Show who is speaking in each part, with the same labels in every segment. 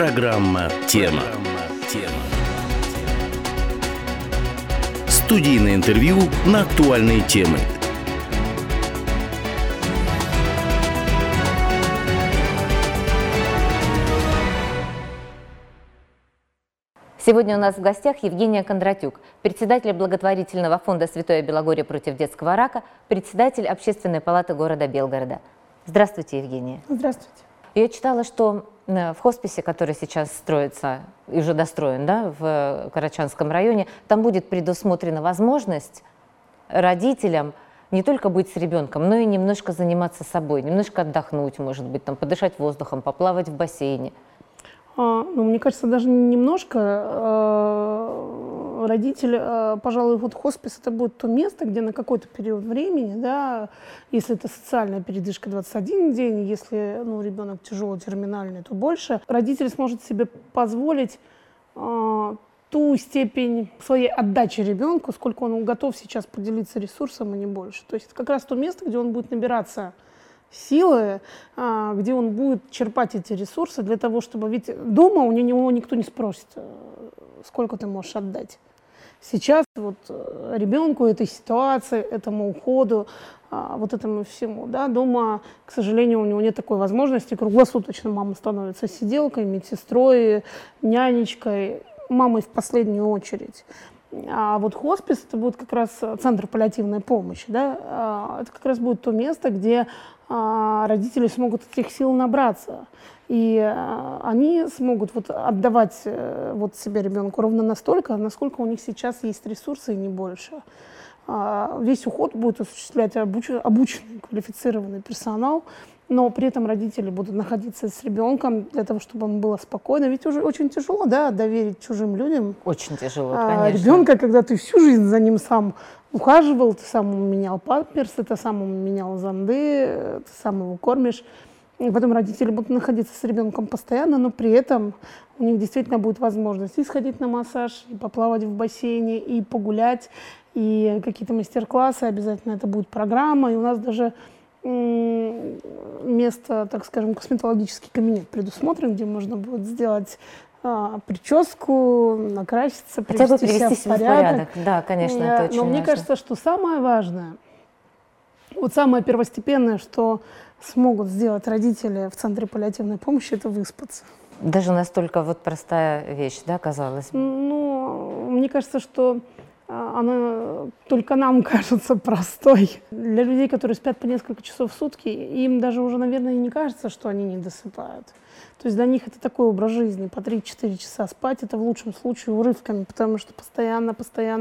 Speaker 1: Программа «Тема». Студийное интервью на актуальные темы.
Speaker 2: Сегодня у нас в гостях Евгения Кондратюк, председатель благотворительного фонда «Святое Белогорье против детского рака», председатель Общественной палаты города Белгорода. Здравствуйте, Евгения.
Speaker 3: Здравствуйте.
Speaker 2: Я читала, что в хосписе, который сейчас строится и уже достроен, да, в Карачанском районе, там будет предусмотрена возможность родителям не только быть с ребенком, но и немножко заниматься собой, немножко отдохнуть, может быть, там, подышать воздухом, поплавать в бассейне.
Speaker 3: Мне кажется, даже немножко родитель, пожалуй, вот хоспис это будет то место, где на какой-то период времени, да, если это социальная передышка 21 день, если ребенок тяжелый, терминальный, то больше, родитель сможет себе позволить ту степень своей отдачи ребенку, сколько он готов сейчас поделиться ресурсом, и не больше. То есть это как раз то место, где он будет набираться силы, где он будет черпать эти ресурсы для того, чтобы... Ведь дома у него никто не спросит, сколько ты можешь отдать. Сейчас вот ребенку, этой ситуации, этому уходу, вот этому всему, да, дома, к сожалению, у него нет такой возможности. Круглосуточно мама становится сиделкой, медсестрой, нянечкой, мамой в последнюю очередь. А вот хоспис, это будет как раз центр паллиативной помощи, да, это как раз будет то место, где родители смогут этих сил набраться. И они смогут вот отдавать вот себе ребенку ровно настолько, насколько у них сейчас есть ресурсы и не больше. Весь уход будет осуществлять обученный, квалифицированный персонал, но при этом родители будут находиться с ребенком для того, чтобы ему было спокойно. Ведь уже очень тяжело, да, доверить чужим людям.
Speaker 2: Очень тяжело, конечно.
Speaker 3: Ребенка, когда ты всю жизнь за ним сам ухаживал, ты сам ему менял памперсы, ты сам ему менял зонды, ты сам его кормишь. И потом родители будут находиться с ребенком постоянно, но при этом у них действительно будет возможность и сходить на массаж, и поплавать в бассейне, и погулять, и какие-то мастер-классы, обязательно это будет программа. И у нас даже место, так скажем, косметологический кабинет предусмотрен, где можно будет сделать прическу, накраситься, привести себя в порядок.
Speaker 2: Да, конечно, это очень
Speaker 3: важно. Но мне кажется, что самое важное, вот самое первостепенное, что смогут сделать родители в центре паллиативной помощи, это выспаться.
Speaker 2: Даже настолько вот простая вещь, да, казалось бы?
Speaker 3: Мне кажется, что она только нам кажется простой. Для людей, которые спят по несколько часов в сутки, им даже уже, наверное, не кажется, что они не досыпают. То есть для них это такой образ жизни. По 3-4 часа спать, это в лучшем случае урывками, потому что постоянно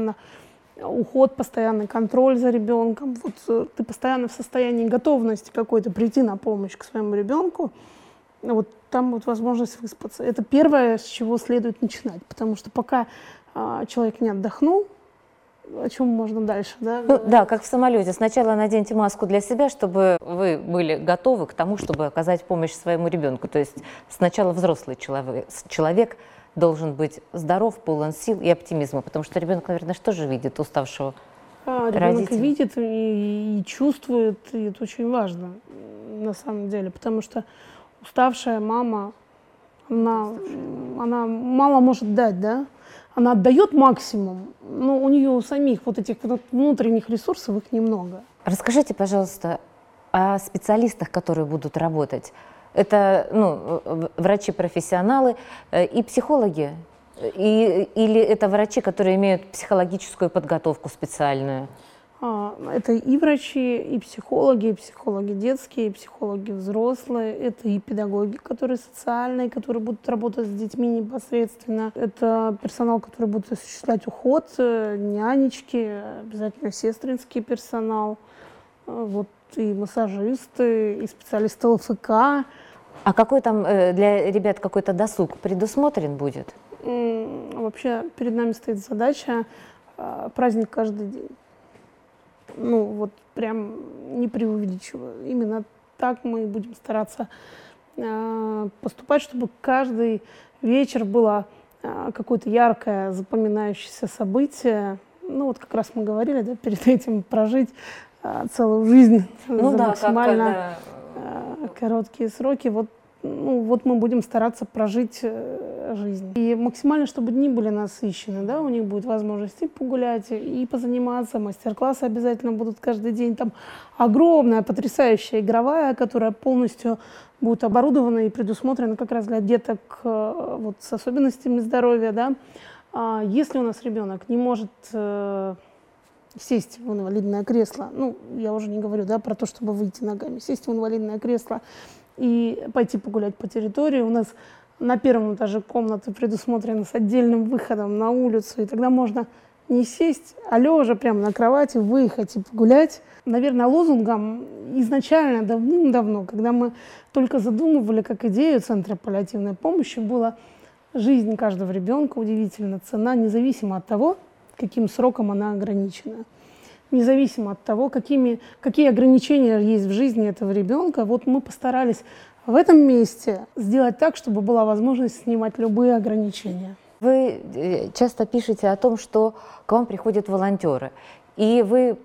Speaker 3: уход, постоянный контроль за ребенком. Вот ты постоянно в состоянии готовности какой-то прийти на помощь к своему ребенку. Вот там вот возможность выспаться. Это первое, с чего следует начинать, потому что пока человек не отдохнул, о чем можно дальше, да?
Speaker 2: Да, как в самолете. Сначала наденьте маску для себя, чтобы вы были готовы к тому, чтобы оказать помощь своему ребенку. То есть сначала взрослый человек должен быть здоров, полон сил и оптимизма, потому что ребенок, наверное, что же видит уставшего родителя?
Speaker 3: Ребенок видит и чувствует, и это очень важно на самом деле, потому что уставшая мама, она мало может дать, да? Она отдает максимум, но у нее у самих вот этих внутренних ресурсов их немного.
Speaker 2: Расскажите, пожалуйста, о специалистах, которые будут работать. Это врачи-профессионалы и психологи? Или это врачи, которые имеют психологическую подготовку специальную?
Speaker 3: Это и врачи, и психологи детские, и психологи взрослые, это и педагоги, которые социальные, которые будут работать с детьми непосредственно. Это персонал, который будет осуществлять уход, нянечки, обязательно сестринский персонал, вот, и массажисты, и специалисты ЛФК.
Speaker 2: А какой там для ребят какой-то досуг предусмотрен будет?
Speaker 3: Вообще перед нами стоит задача праздник каждый день. Вот прям не преувеличиваю. Именно так мы будем стараться поступать, чтобы каждый вечер было какое-то яркое, запоминающееся событие. Вот как раз мы говорили, да, перед этим прожить целую жизнь за максимально короткие сроки. Вот ну, вот мы будем стараться прожить жизнь. И максимально, чтобы дни были насыщены, да, у них будет возможность и погулять, и позаниматься, мастер-классы обязательно будут каждый день. Там огромная, потрясающая игровая, которая полностью будет оборудована и предусмотрена как раз для деток вот, с особенностями здоровья, да. Если у нас ребенок не может сесть в инвалидное кресло, ну, я уже не говорю, да, про то, чтобы выйти ногами, сесть в инвалидное кресло и пойти погулять по территории. У нас на первом этаже комнаты предусмотрены с отдельным выходом на улицу, и тогда можно не сесть, а лежа прямо на кровати выехать и погулять. Наверное, лозунгом изначально, давным-давно, когда мы только задумывали как идею Центра паллиативной помощи, была жизнь каждого ребенка удивительно ценна, независимо от того, каким сроком она ограничена. Независимо от того, какие ограничения есть в жизни этого ребенка, вот мы постарались в этом месте сделать так, чтобы была возможность снимать любые ограничения.
Speaker 2: Вы часто пишете о том, что к вам приходят волонтеры, и вы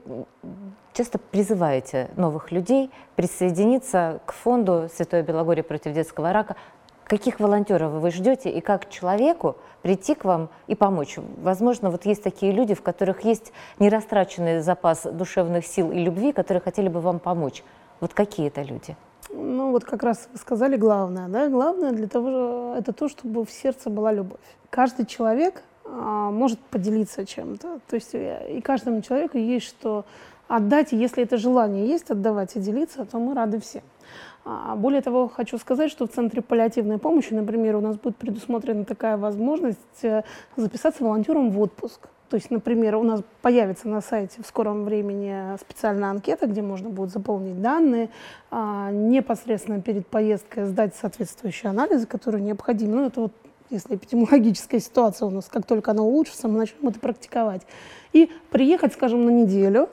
Speaker 2: часто призываете новых людей присоединиться к фонду «Святое Белогорье против детского рака». Каких волонтеров вы ждете и как человеку прийти к вам и помочь? Возможно, вот есть такие люди, в которых есть нерастраченный запас душевных сил и любви, которые хотели бы вам помочь. Вот какие это люди?
Speaker 3: Ну вот как раз вы сказали главное, да? Главное для того, это то, чтобы в сердце была любовь. Каждый человек может поделиться чем-то, то есть и каждому человеку есть что отдать, и если это желание есть отдавать и делиться, то мы рады всем. Более того, хочу сказать, что в Центре паллиативной помощи, например, у нас будет предусмотрена такая возможность записаться волонтером в отпуск. То есть, например, у нас появится на сайте в скором времени специальная анкета, где можно будет заполнить данные, непосредственно перед поездкой сдать соответствующие анализы, которые необходимы. Ну, это вот если эпидемиологическая ситуация у нас, как только она улучшится, мы начнем это практиковать. И приехать, скажем, на неделю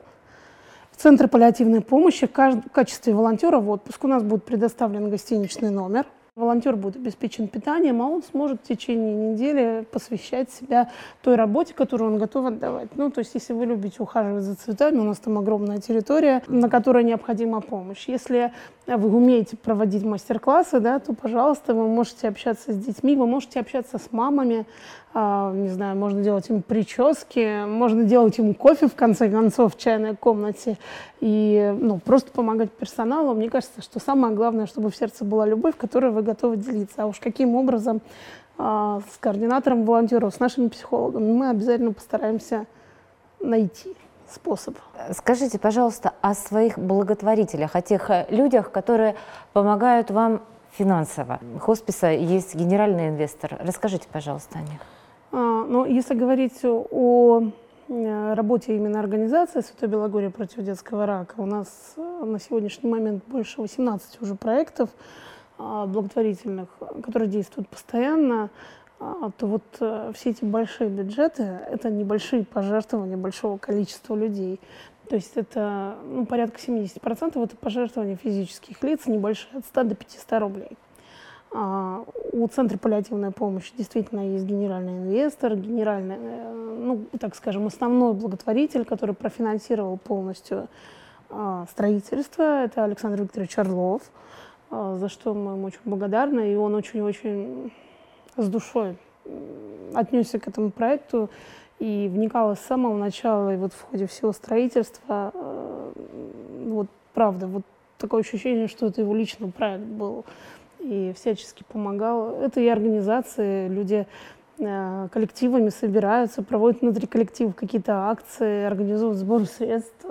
Speaker 3: в Центр паллиативной помощи в качестве волонтера в отпуск. У нас будет предоставлен гостиничный номер. Волонтер будет обеспечен питанием, а он сможет в течение недели посвящать себя той работе, которую он готов отдавать. Ну, то есть, если вы любите ухаживать за цветами, у нас там огромная территория, на которой необходима помощь. Если вы умеете проводить мастер-классы, да, то, пожалуйста, вы можете общаться с детьми, вы можете общаться с мамами, не знаю, можно делать им прически, можно делать им кофе, в конце концов, в чайной комнате, и ну, просто помогать персоналу. Мне кажется, что самое главное, чтобы в сердце была любовь, которой вы готовы делиться. А уж каким образом с координатором волонтеров, с нашими психологами мы обязательно постараемся найти способ.
Speaker 2: Скажите, пожалуйста, о своих благотворителях, о тех людях, которые помогают вам финансово. У хосписа есть генеральный инвестор. Расскажите, пожалуйста, о них.
Speaker 3: Ну, если говорить о работе именно организации «Святое Белогорье против детского рака», у нас на сегодняшний момент больше 18 уже проектов благотворительных, которые действуют постоянно, то вот все эти большие бюджеты – это небольшие пожертвования большого количества людей. То есть это порядка 70% это пожертвования физических лиц, небольшие, от 100 до 500 рублей. У Центра паллиативной помощи действительно есть генеральный инвестор, генеральный, ну, так скажем, основной благотворитель, который профинансировал полностью строительство. Это Александр Викторович Орлов, за что мы ему очень благодарны. И он очень-очень с душой отнесся к этому проекту и вникал с самого начала, и вот в ходе всего строительства. Вот правда, вот такое ощущение, что это его личный проект был. И всячески помогал. Это и организации, люди коллективами собираются, проводят внутри коллективов какие-то акции, организуют сбор средств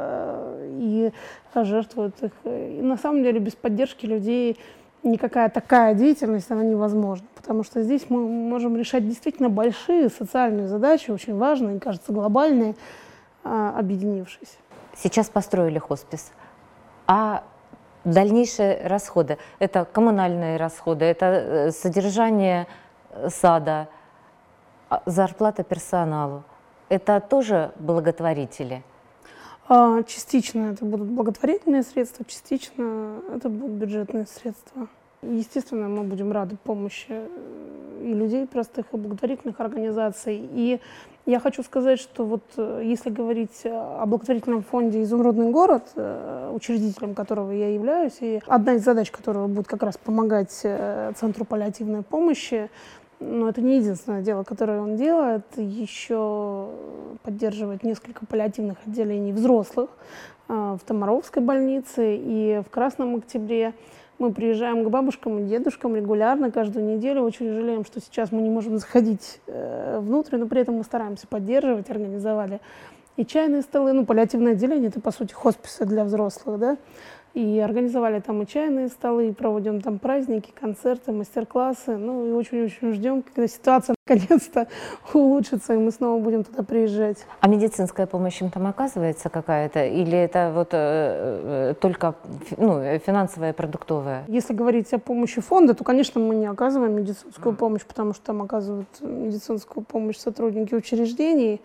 Speaker 3: и жертвуют их. И на самом деле без поддержки людей никакая такая деятельность, она невозможна, потому что здесь мы можем решать действительно большие социальные задачи, очень важные, кажется, глобальные, объединившись.
Speaker 2: Сейчас построили хоспис, а дальнейшие расходы – это коммунальные расходы, это содержание сада, зарплата персоналу. Это тоже благотворители?
Speaker 3: Частично это будут благотворительные средства, частично это будут бюджетные средства. Естественно, мы будем рады помощи и людей простых, и благотворительных организаций. И я хочу сказать, что вот если говорить о благотворительном фонде «Изумрудный город», учредителем которого я являюсь. И одна из задач которого будет как раз помогать Центру паллиативной помощи. Но это не единственное дело, которое он делает. Еще поддерживает несколько паллиативных отделений взрослых в Томаровской больнице и в Красном Октябре. Мы приезжаем к бабушкам и дедушкам регулярно, каждую неделю. Очень жалеем, что сейчас мы не можем заходить внутрь, но при этом мы стараемся поддерживать, организовали и чайные столы, паллиативное отделение, это, по сути, хосписы для взрослых, да, и организовали там и чайные столы, и проводим там праздники, концерты, мастер-классы, и очень-очень ждем, когда ситуация наконец-то улучшится, и мы снова будем туда приезжать.
Speaker 2: А медицинская помощь им там оказывается какая-то, или это вот только финансовая, продуктовая?
Speaker 3: Если говорить о помощи фонда, то, конечно, мы не оказываем медицинскую помощь, потому что там оказывают медицинскую помощь сотрудники учреждений.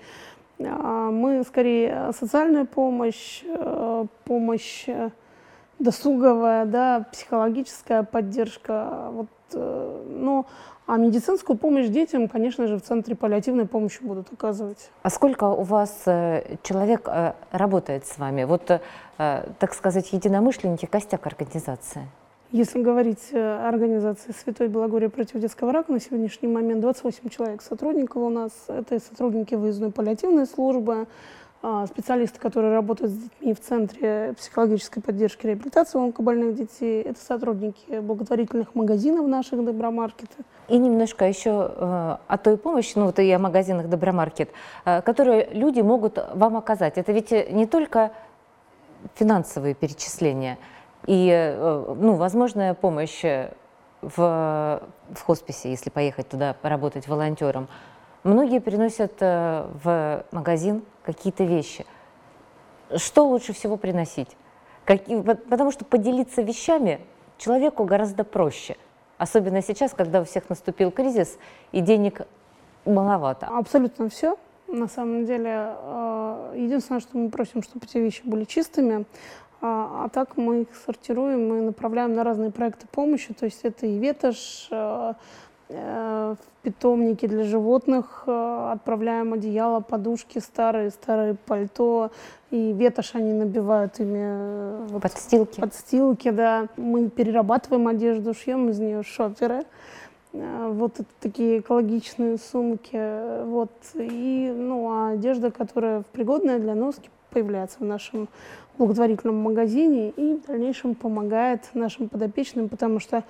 Speaker 3: Мы скорее социальная помощь, помощь досуговая, да, психологическая поддержка. А медицинскую помощь детям, конечно же, в Центре паллиативной помощи будут оказывать.
Speaker 2: А сколько у вас человек работает с вами? Вот, так сказать, единомышленники, костяк организации.
Speaker 3: Если говорить о организации «Святой Белогорье против детского рака», на сегодняшний момент 28 человек сотрудников у нас. Это сотрудники выездной паллиативной службы, специалисты, которые работают с детьми в Центре психологической поддержки и реабилитации онкобольных детей. Это сотрудники благотворительных магазинов наших Добромаркета.
Speaker 2: И немножко еще о той помощи, и о магазинах Добромаркет, которые люди могут вам оказать. Это ведь не только финансовые перечисления и возможная помощь в хосписе, если поехать туда поработать волонтером. Многие приносят в магазин какие-то вещи. Что лучше всего приносить? Потому что поделиться вещами человеку гораздо проще. Особенно сейчас, когда у всех наступил кризис и денег маловато.
Speaker 3: Абсолютно все. На самом деле, единственное, что мы просим, чтобы эти вещи были чистыми. А так мы их сортируем и направляем на разные проекты помощи. То есть это и ветошь, в питомники для животных отправляем одеяло, подушки старые пальто, и ветошь они набивают ими. Подстилки, да. Мы перерабатываем одежду, шьем из нее шоперы. Вот это такие экологичные сумки. А одежда, которая пригодная для носки, появляется в нашем благотворительном магазине и в дальнейшем помогает нашим подопечным, потому что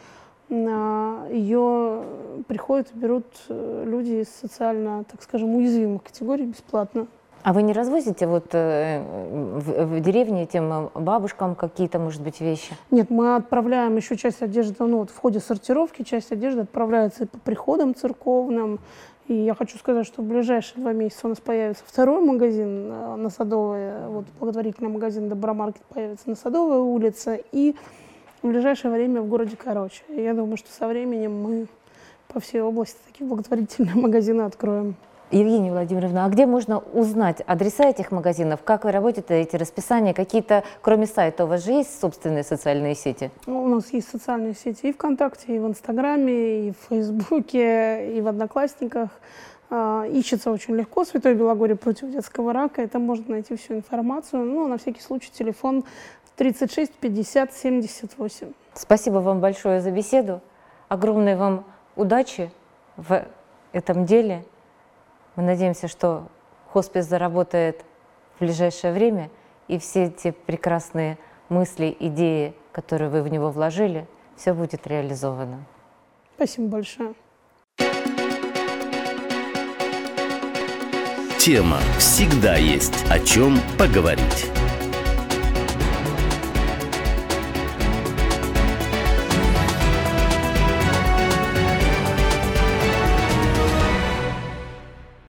Speaker 3: ее приходят и берут люди из социально, так скажем, уязвимых категорий бесплатно.
Speaker 2: А вы не развозите в деревне этим бабушкам какие-то, может быть, вещи?
Speaker 3: Нет, мы отправляем еще часть одежды, в ходе сортировки часть одежды отправляется и по приходам церковным. И я хочу сказать, что в ближайшие 2 месяца у нас появится второй магазин на Садовой, благотворительный магазин Добромаркет появится на Садовой улице, и в ближайшее время в городе Короче. И я думаю, что со временем мы по всей области такие благотворительные магазины откроем.
Speaker 2: Евгения Владимировна, а где можно узнать адреса этих магазинов? Как вы работаете, расписания? Какие-то, кроме сайта, у вас же есть собственные социальные сети?
Speaker 3: У нас есть социальные сети и ВКонтакте, и в Инстаграме, и в Фейсбуке, и в Одноклассниках. Ищется очень легко «Святой Белогорье против детского рака». Это можно найти всю информацию. На всякий случай телефон 36 50 78.
Speaker 2: Спасибо вам большое за беседу. Огромной вам удачи в этом деле. Мы надеемся, что хоспис заработает в ближайшее время, и все эти прекрасные мысли, идеи, которые вы в него вложили, все будет реализовано.
Speaker 3: Спасибо большое.
Speaker 1: Тема. Всегда есть о чем поговорить.